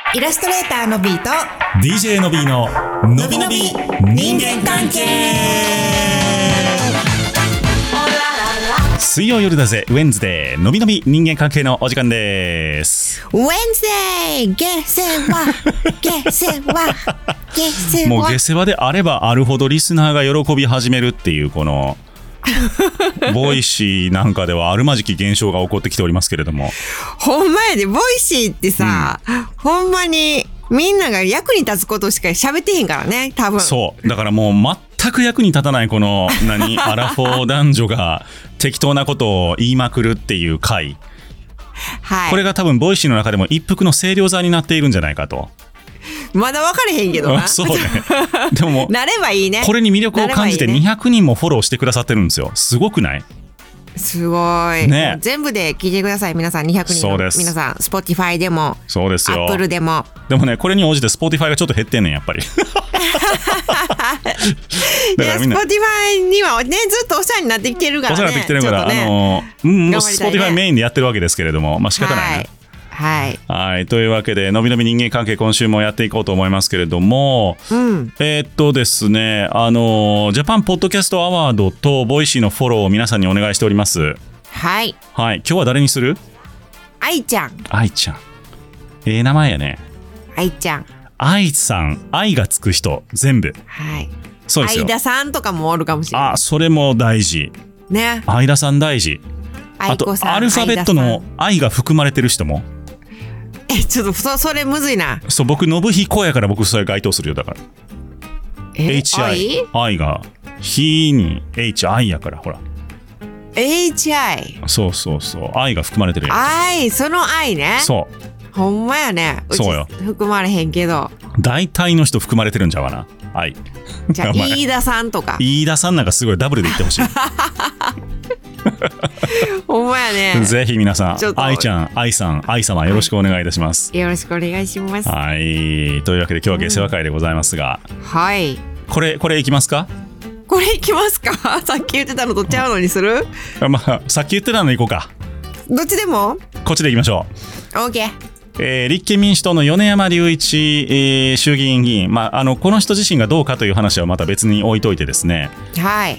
イラストレーターのビーと DJ のビーののびのび人間関係。水曜夜だぜウェンズデーのびのび人間関係のお時間です。 ウェンズデー下世話下世話下世話。 もう下世話であればあるほどリスナーが喜び始めるっていうこのボイシーなんかではあるまじき現象が起こってきておりますけれども、 ほんまやで、ボイシーってさ、ほんまにみんなが役に立つことしか喋ってへんからね、多分。 そうだからもう全く役に立たないこのアラフォー男女が適当なことを言いまくるっていう回、 はい、 これが多分ボイシーの中でも一服の清涼剤になっているんじゃないかと。 まだ分かれへんけどな。 そうね。でもなればいいね。 これに魅力を感じて200人もフォローしてくださってるんですよ。すごくない？ すごい、ね、全部で聞いてください皆さん。200人の皆さん、Spotify でもそうですよ、 Apple でも。 でもね、これに応じて Spotify がちょっと減ってんねんやっぱり。 いや Spotify にはねずっとお世話になってきてるからね。 お世話になってきてるから、ね、Spotify メインでやってるわけですけれども、まあ仕方ないね。 はいはい、というわけでのびのび人間関係今週もやっていこうと思いますけれども、ですね、ジャパンポッドキャストアワードとボイシーのフォローを皆さんにお願いしております。 はい、 はい、今日は誰にする？ 愛ちゃん。 愛ちゃん、名前やね。 愛ちゃん、 愛さん、愛がつく人全部。 はい、 そうですよ。 愛田さんとかもおるかもしれない。 それも大事ね。 愛田さん大事。あとアルファベットの愛が含まれてる人も。 ちょっとそれむずいな。 そう、僕信彦やから僕それ該当するよ。だから HI 愛がひに HI やからほら HI。 そうそうそう、愛が含まれてるやつ。 愛、その愛ね。 そうほんまやね。 そうよ、 含まれへんけど大体の人含まれてるんちゃうかな、愛。 じゃあ飯田さんとか。 飯田さんなんかすごいダブルで言ってほしい。 ほんまやね。 ぜひ皆さん、愛ちゃん、愛さん、愛様よろしくお願いいたします。 よろしくお願いします。 はい、というわけで今日は下世話会でございますが、 はい、 これいきますか？ これいきますか？さっき言ってたのとちゃうのにする？ まあさっき言ってたのいこうか。 どっちでも？ こっちでいきましょう。 OK。 立憲民主党の米山隆一、衆議院議員、この人自身がどうかという話はまた別に置いといてですね、 はい、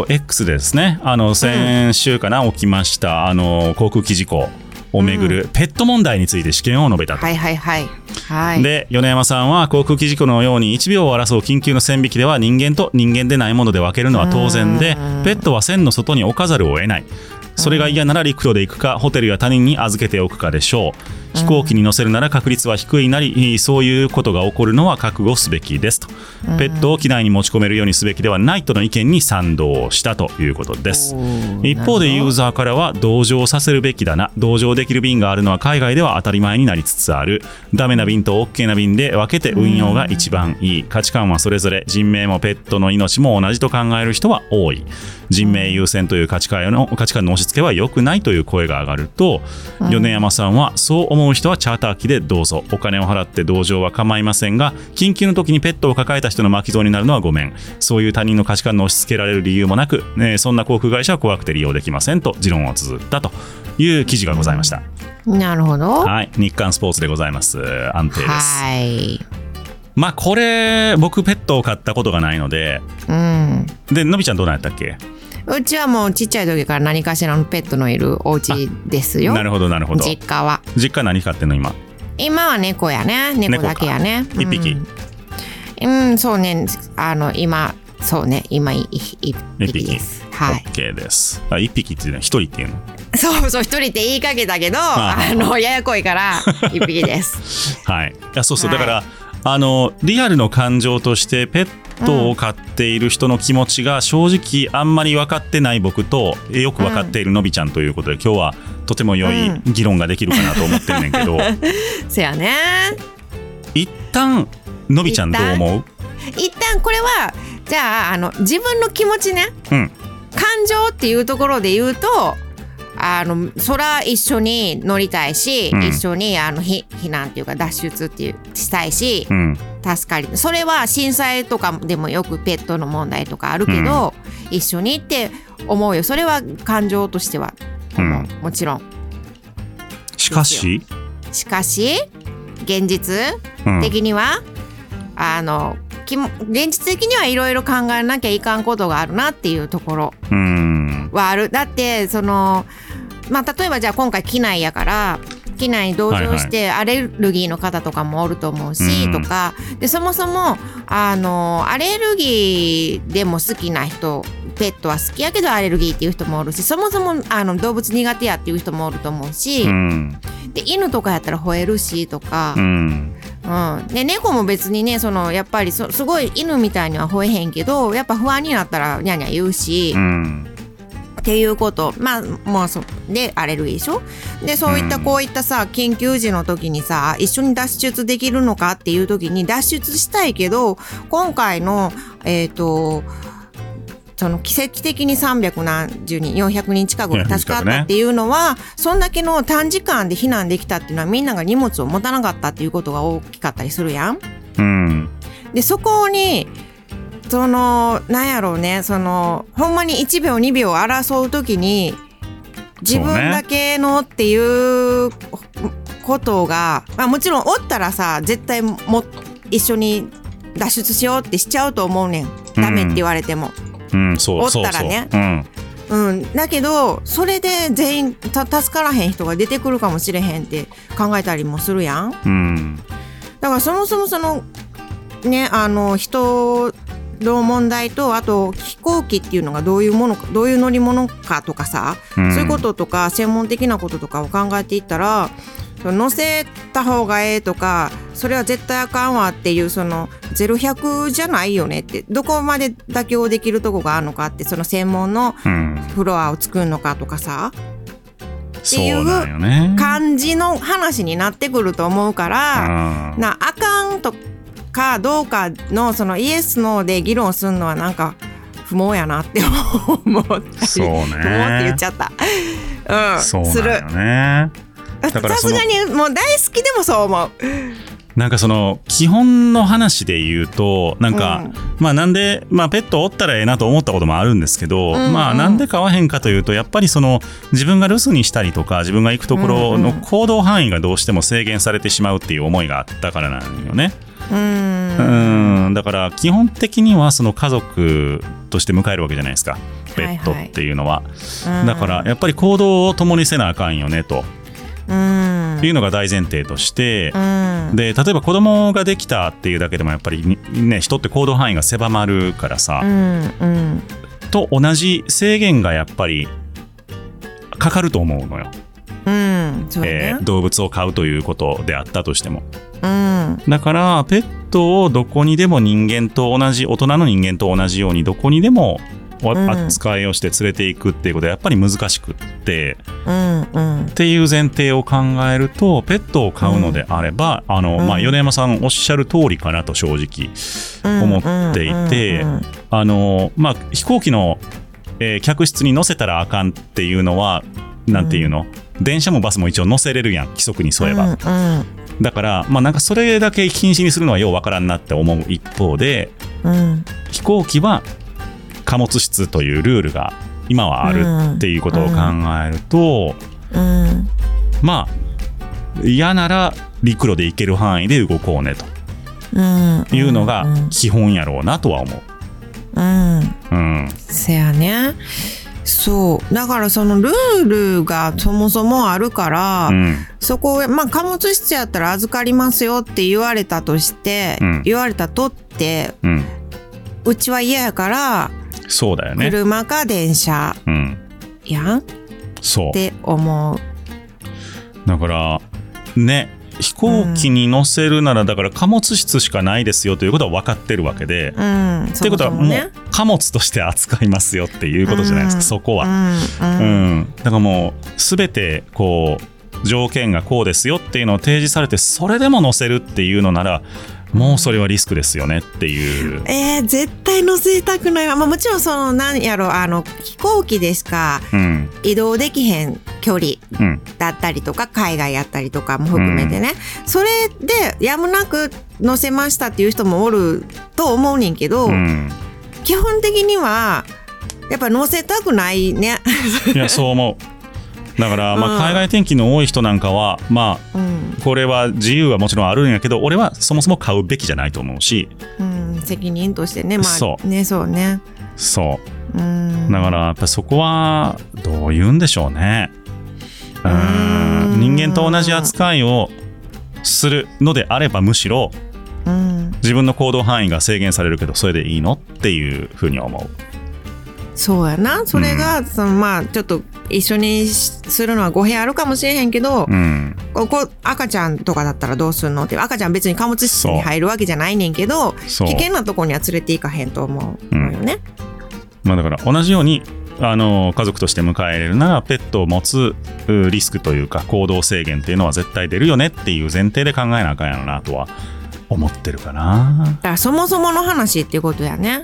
X でですね、先週かな、起きました航空機事故をめぐるペット問題について試験を述べたと。 はいはいはいはい。 で、米山さんは航空機事故のように1秒を争う緊急の線引きでは人間と人間でないもので分けるのは当然で、ペットは線の外に置かざるを得ない。それが嫌なら陸路で行くかホテルや他人に預けておくかでしょう。飛行機に乗せるなら確率は低いなり、そういうことが起こるのは覚悟すべきですと。ペットを機内に持ち込めるようにすべきではないとの意見に賛同したということです。一方でユーザーからは同乗させるべきだな、同乗できる便があるのは海外では当たり前になりつつある、ダメな便と OK な便で分けて運用が一番いい、価値観はそれぞれ、人命もペットの命も同じと考える人は多い、人命優先という価値観の押し付けは良くないという声が上がると、米山さんはそう思う人はチャーター機でどうぞ、お金を払って同乗は構いませんが、緊急の時にペットを抱えた人の巻き添えになるのはごめん、そういう他人の価値観の押し付けられる理由もなく、そんな航空会社は怖くて利用できませんと持論を綴ったという記事がございました。 なるほど。 はい、日刊スポーツでございます。安定です。 はい。 これ僕ペットを飼ったことがないので、でのびちゃんどうなんやったっけ？ うちはもうちっちゃい時から何かしらのペットのいるお家ですよ。 なるほどなるほど。 実家は何飼ってんの今？ 今は猫やね。猫だけやね。 一匹。 そうね。今そうね。今一匹です。はい。 OK です。一匹っていうのは一人っていうの？ そう一人って言いかけたけど、ややこいから一匹です。 はい。そうそう、だからリアルの感情としてペットを飼っている人の気持ちが正直あんまり分かってない僕とよく分かっているのびちゃんということで、今日はとても良い議論ができるかなと思ってるねんけど、 そやね。 一旦のびちゃんどう思う？ 一旦これはじゃあ自分の気持ちね、感情っていうところで言うとそら一緒に乗りたいし、一緒に避難っていうか脱出っていうしたいし、助かり、それは震災とかでもよくペットの問題とかあるけど、一緒にって思うよ。それは感情としては思う、もちろん。 しかし現実的には、現実的にはいろいろ考えなきゃいかんことがあるなっていうところはある。だってそのまあ例えばじゃあ今回機内やから機内に同乗してアレルギーの方とかもおると思うし、とかでそもそもアレルギーでも好きな人ペットは好きやけどアレルギーっていう人もおるし、そもそも動物苦手やっていう人もおると思うし、で犬とかやったら吠えるしとか、で猫も別にねやっぱりすごい犬みたいには吠えへんけどやっぱ不安になったらニャニャ言うし、っていうこともうでアレルギーでしょ。でそういったこういったさ緊急時の時にさ一緒に脱出できるのかっていう時に脱出したいけど今回のその奇跡的に300何十人400人近くが助かったっていうのは、そんだけの短時間で避難できたっていうのはみんなが荷物を持たなかったっていうことが大きかったりするやん。でそこになんやろうねほんまに1秒2秒争う時に自分だけのっていうことが、もちろんおったらさ絶対一緒に脱出しようってしちゃうと思うねん。ダメって言われても。おったらね。だけどそれで全員助からへん人が出てくるかもしれへんって考えたりもするやん。だからそもそもね人の問題とあと飛行機っていうのがどういうものかどういう乗り物かとかさ、そういうこととか専門的なこととかを考えていったら乗せた方がええとかそれは絶対あかんわっていう0100じゃないよねってどこまで妥協できるとこがあるのかって専門のフロアを作るのかとかさ、っていう感じの話になってくると思うからあかんとかどうかのイエスノーで議論するのはなんか不毛やなって思ったり不毛って言っちゃった。そうなんよね。さすがにもう大好きでもそう思う。 なんか基本の話で言うとなんか、なんで、ペットおったらええなと思ったこともあるんですけど、なんで飼わへんかというとやっぱり自分が留守にしたりとか自分が行くところの行動範囲がどうしても制限されてしまうっていう思いがあったからなんよね。だから基本的には家族として迎えるわけじゃないですかペットっていうのは、だからやっぱり行動を共にせなあかんよねというのが大前提として、で例えば子供ができたっていうだけでもやっぱりね人って行動範囲が狭まるからさ、と同じ制限がやっぱりかかると思うのよ。そうね、動物を飼うということであったとしても、だからペットをどこにでも人間と同じ大人の人間と同じようにどこにでも扱いをして連れていくっていうことはやっぱり難しくって、っていう前提を考えるとペットを飼うのであれば米山さんおっしゃる通りかなと正直思っていて、飛行機の、客室に乗せたらあかんっていうのはなんていうの、電車もバスも一応乗せれるやん規則に沿えば、だからなんかそれだけ禁止にするのはようわからんなって思う一方で、飛行機は貨物室というルールが今はあるっていうことを考えると、嫌なら陸路で行ける範囲で動こうねというのが基本やろうなとは思う。 せやね。そうだからルールがそもそもあるから、そこ貨物室やったら預かりますよって言われたとして、言われたとって、うちは嫌やからそうだよね車か電車、やんそうって思う。 だからね飛行機に乗せるならだから貨物室しかないですよということは分かってるわけで、っていうことはもう貨物として扱いますよっていうことじゃないですか、そこは、だからもう全て条件がこうですよっていうのを提示されてそれでも乗せるっていうのならもうそれはリスクですよねっていう。 絶対乗せたくないわ。もちろん何やろ飛行機でしか移動できへん距離だったりとか、海外やったりとかも含めてね、それでやむなく乗せましたっていう人もおると思うねんけど、基本的にはやっぱ乗せたくないね。 いやそう思う。 だからまあ海外転勤の多い人なんかはまあこれは自由はもちろんあるんやけど、俺はそもそも買うべきじゃないと思うし、 責任としてね、まあね、そうね、 そうだからやっぱそこはどう言うんでしょうね。人間と同じ扱いをするのであればむしろ自分の行動範囲が制限されるけどそれでいいのっていうふうに思う。 そうやな。それが、そのまあちょっと一緒にするのは語弊あるかもしれへんけど、赤ちゃんとかだったらどうするのって、赤ちゃん別に貨物室に入るわけじゃないねんけど、危険なところには連れていかへんと思うのよね。 まあ、だから同じように家族として迎え入れるならペットを持つリスクというか行動制限っていうのは絶対出るよねっていう前提で考えなあかんやろなとは思ってるかな。 だからそもそもの話っていうことやね。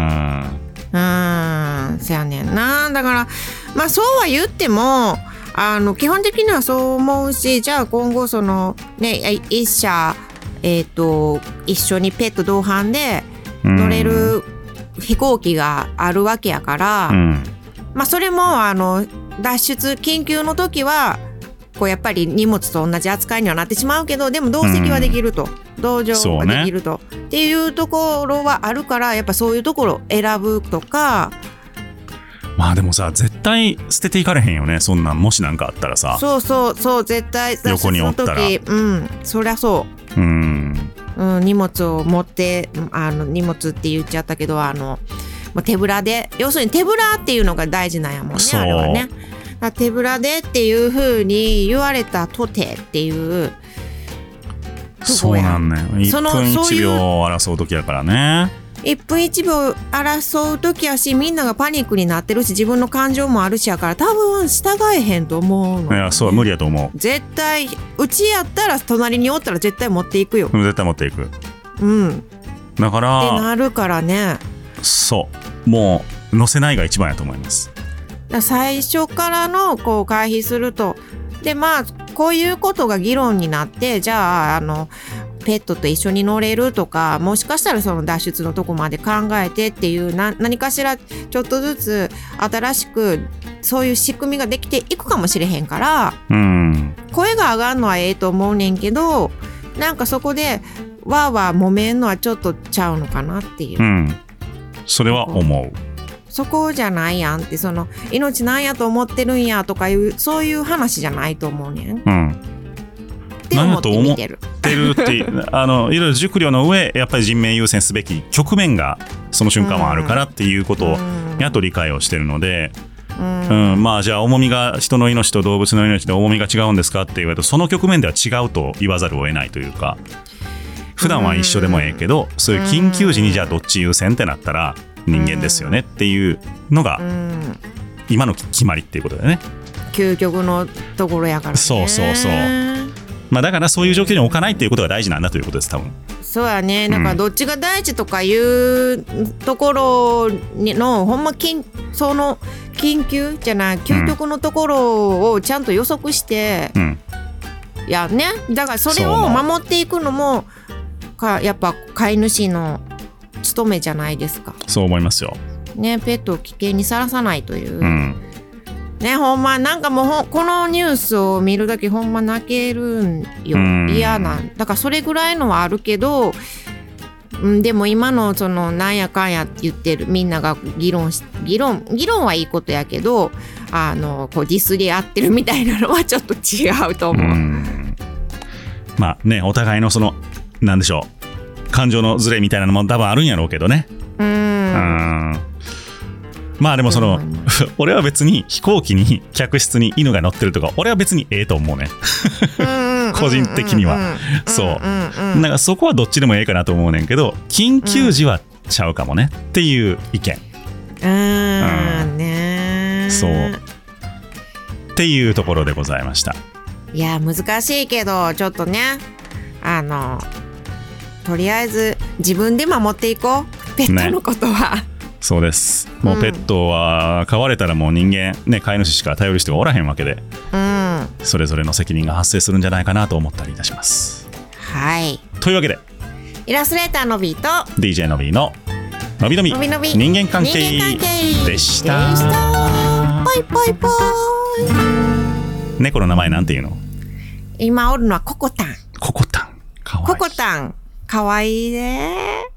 そやねんな。だからまあそうは言っても基本的にはそう思うし、じゃあ今後そのね一社一緒にペット同伴で乗れる飛行機があるわけやから、まあそれも脱出緊急の時はこうやっぱり荷物と同じ扱いにはなってしまうけど、でも同席はできると、同乗ができると、っていうところはあるから、やっぱそういうところ選ぶとか。 まあでもさ、絶対捨てていかれへんよね、そんなんもしなんかあったらさ。 そう絶対横におったらそりゃそう、荷物を持って荷物って言っちゃったけど手ぶらで、要するに手ぶらっていうのが大事なんやもんね、あれはね。手ぶらでっていう風に言われたとてっていうそうなんね。1分1秒を争う時やからね。 1分1秒争う時やし、みんながパニックになってるし、自分の感情もあるしやから、多分従えへんと思うの、ね。 いや、そう無理やと思う。 絶対うちやったら隣におったら絶対持っていくよ。 絶対持っていく。だからってなるからね。 そうもう乗せないが一番やと思います。 最初からのこう回避すると、でまあこういうことが議論になって、じゃあペットと一緒に乗れるとか、もしかしたらその脱出のとこまで考えてっていう何かしらちょっとずつ新しくそういう仕組みができていくかもしれへんから、声が上がるのはええと思うねんけど、なんかそこでわーわー揉めんのはちょっとちゃうのかなっていう、 それは思う。 そこじゃないやんって、その命なんやと思ってるんやとかいうそういう話じゃないと思うねん。って思って見てる。いろいろ熟慮の上、やっぱり人命優先すべき局面がその瞬間はあるからっていうことをやっと理解をしてるので、まあじゃあ重みが人の命と動物の命で重みが違うんですかって言われると、その局面では違うと言わざるを得ないというか、普段は一緒でもええけど、そういう緊急時にじゃあどっち優先ってなったら人間ですよねっていうのが今の決まりっていうことだよね。 究極のところやからね。 そうまあだからそういう状況に置かないっていうことが大事なんだということです、多分。 そうやね。だからどっちが大事とかいうところのほんまその緊急じゃない究極のところをちゃんと予測して、やね。だからそれを守っていくのもやっぱ飼い主の務めじゃないですか。 そう思いますよ。 ね、ペットを危険にさらさないという。ね、ほんまなんかもうこのニュースを見るだけほんま泣けるんよ。嫌なんだからそれぐらいのはあるけど、でも今のそのなんやかんやって言ってるみんなが議論はいいことやけど、こうディスり合ってるみたいなのはちょっと違うと思う。 まあね、お互いのそのなんでしょう、感情のズレみたいなのも多分あるんやろうけどね。まあでもその俺は別に飛行機に客室に犬が乗ってるとか俺は別にええと思うね個人的には。そうなんかそこはどっちでもええかなと思うねんけど、緊急時はちゃうかもねっていう意見。そうっていうところでございました。 いや難しいけどちょっとね、とりあえず自分で守っていこう、ペットのことは。 そうです。もうペットは飼われたらもう人間ね、飼い主しか頼る人がおらへんわけで、それぞれの責任が発生するんじゃないかなと思ったりいたします。 はい。 というわけでイラストレーターのびーと DJ のびーののびのび人間関係でした。 バイバイバイ。 猫の名前なんていうの？ 今おるのはココタン。 ココタン。かわいい。 ココタン。かわいいね。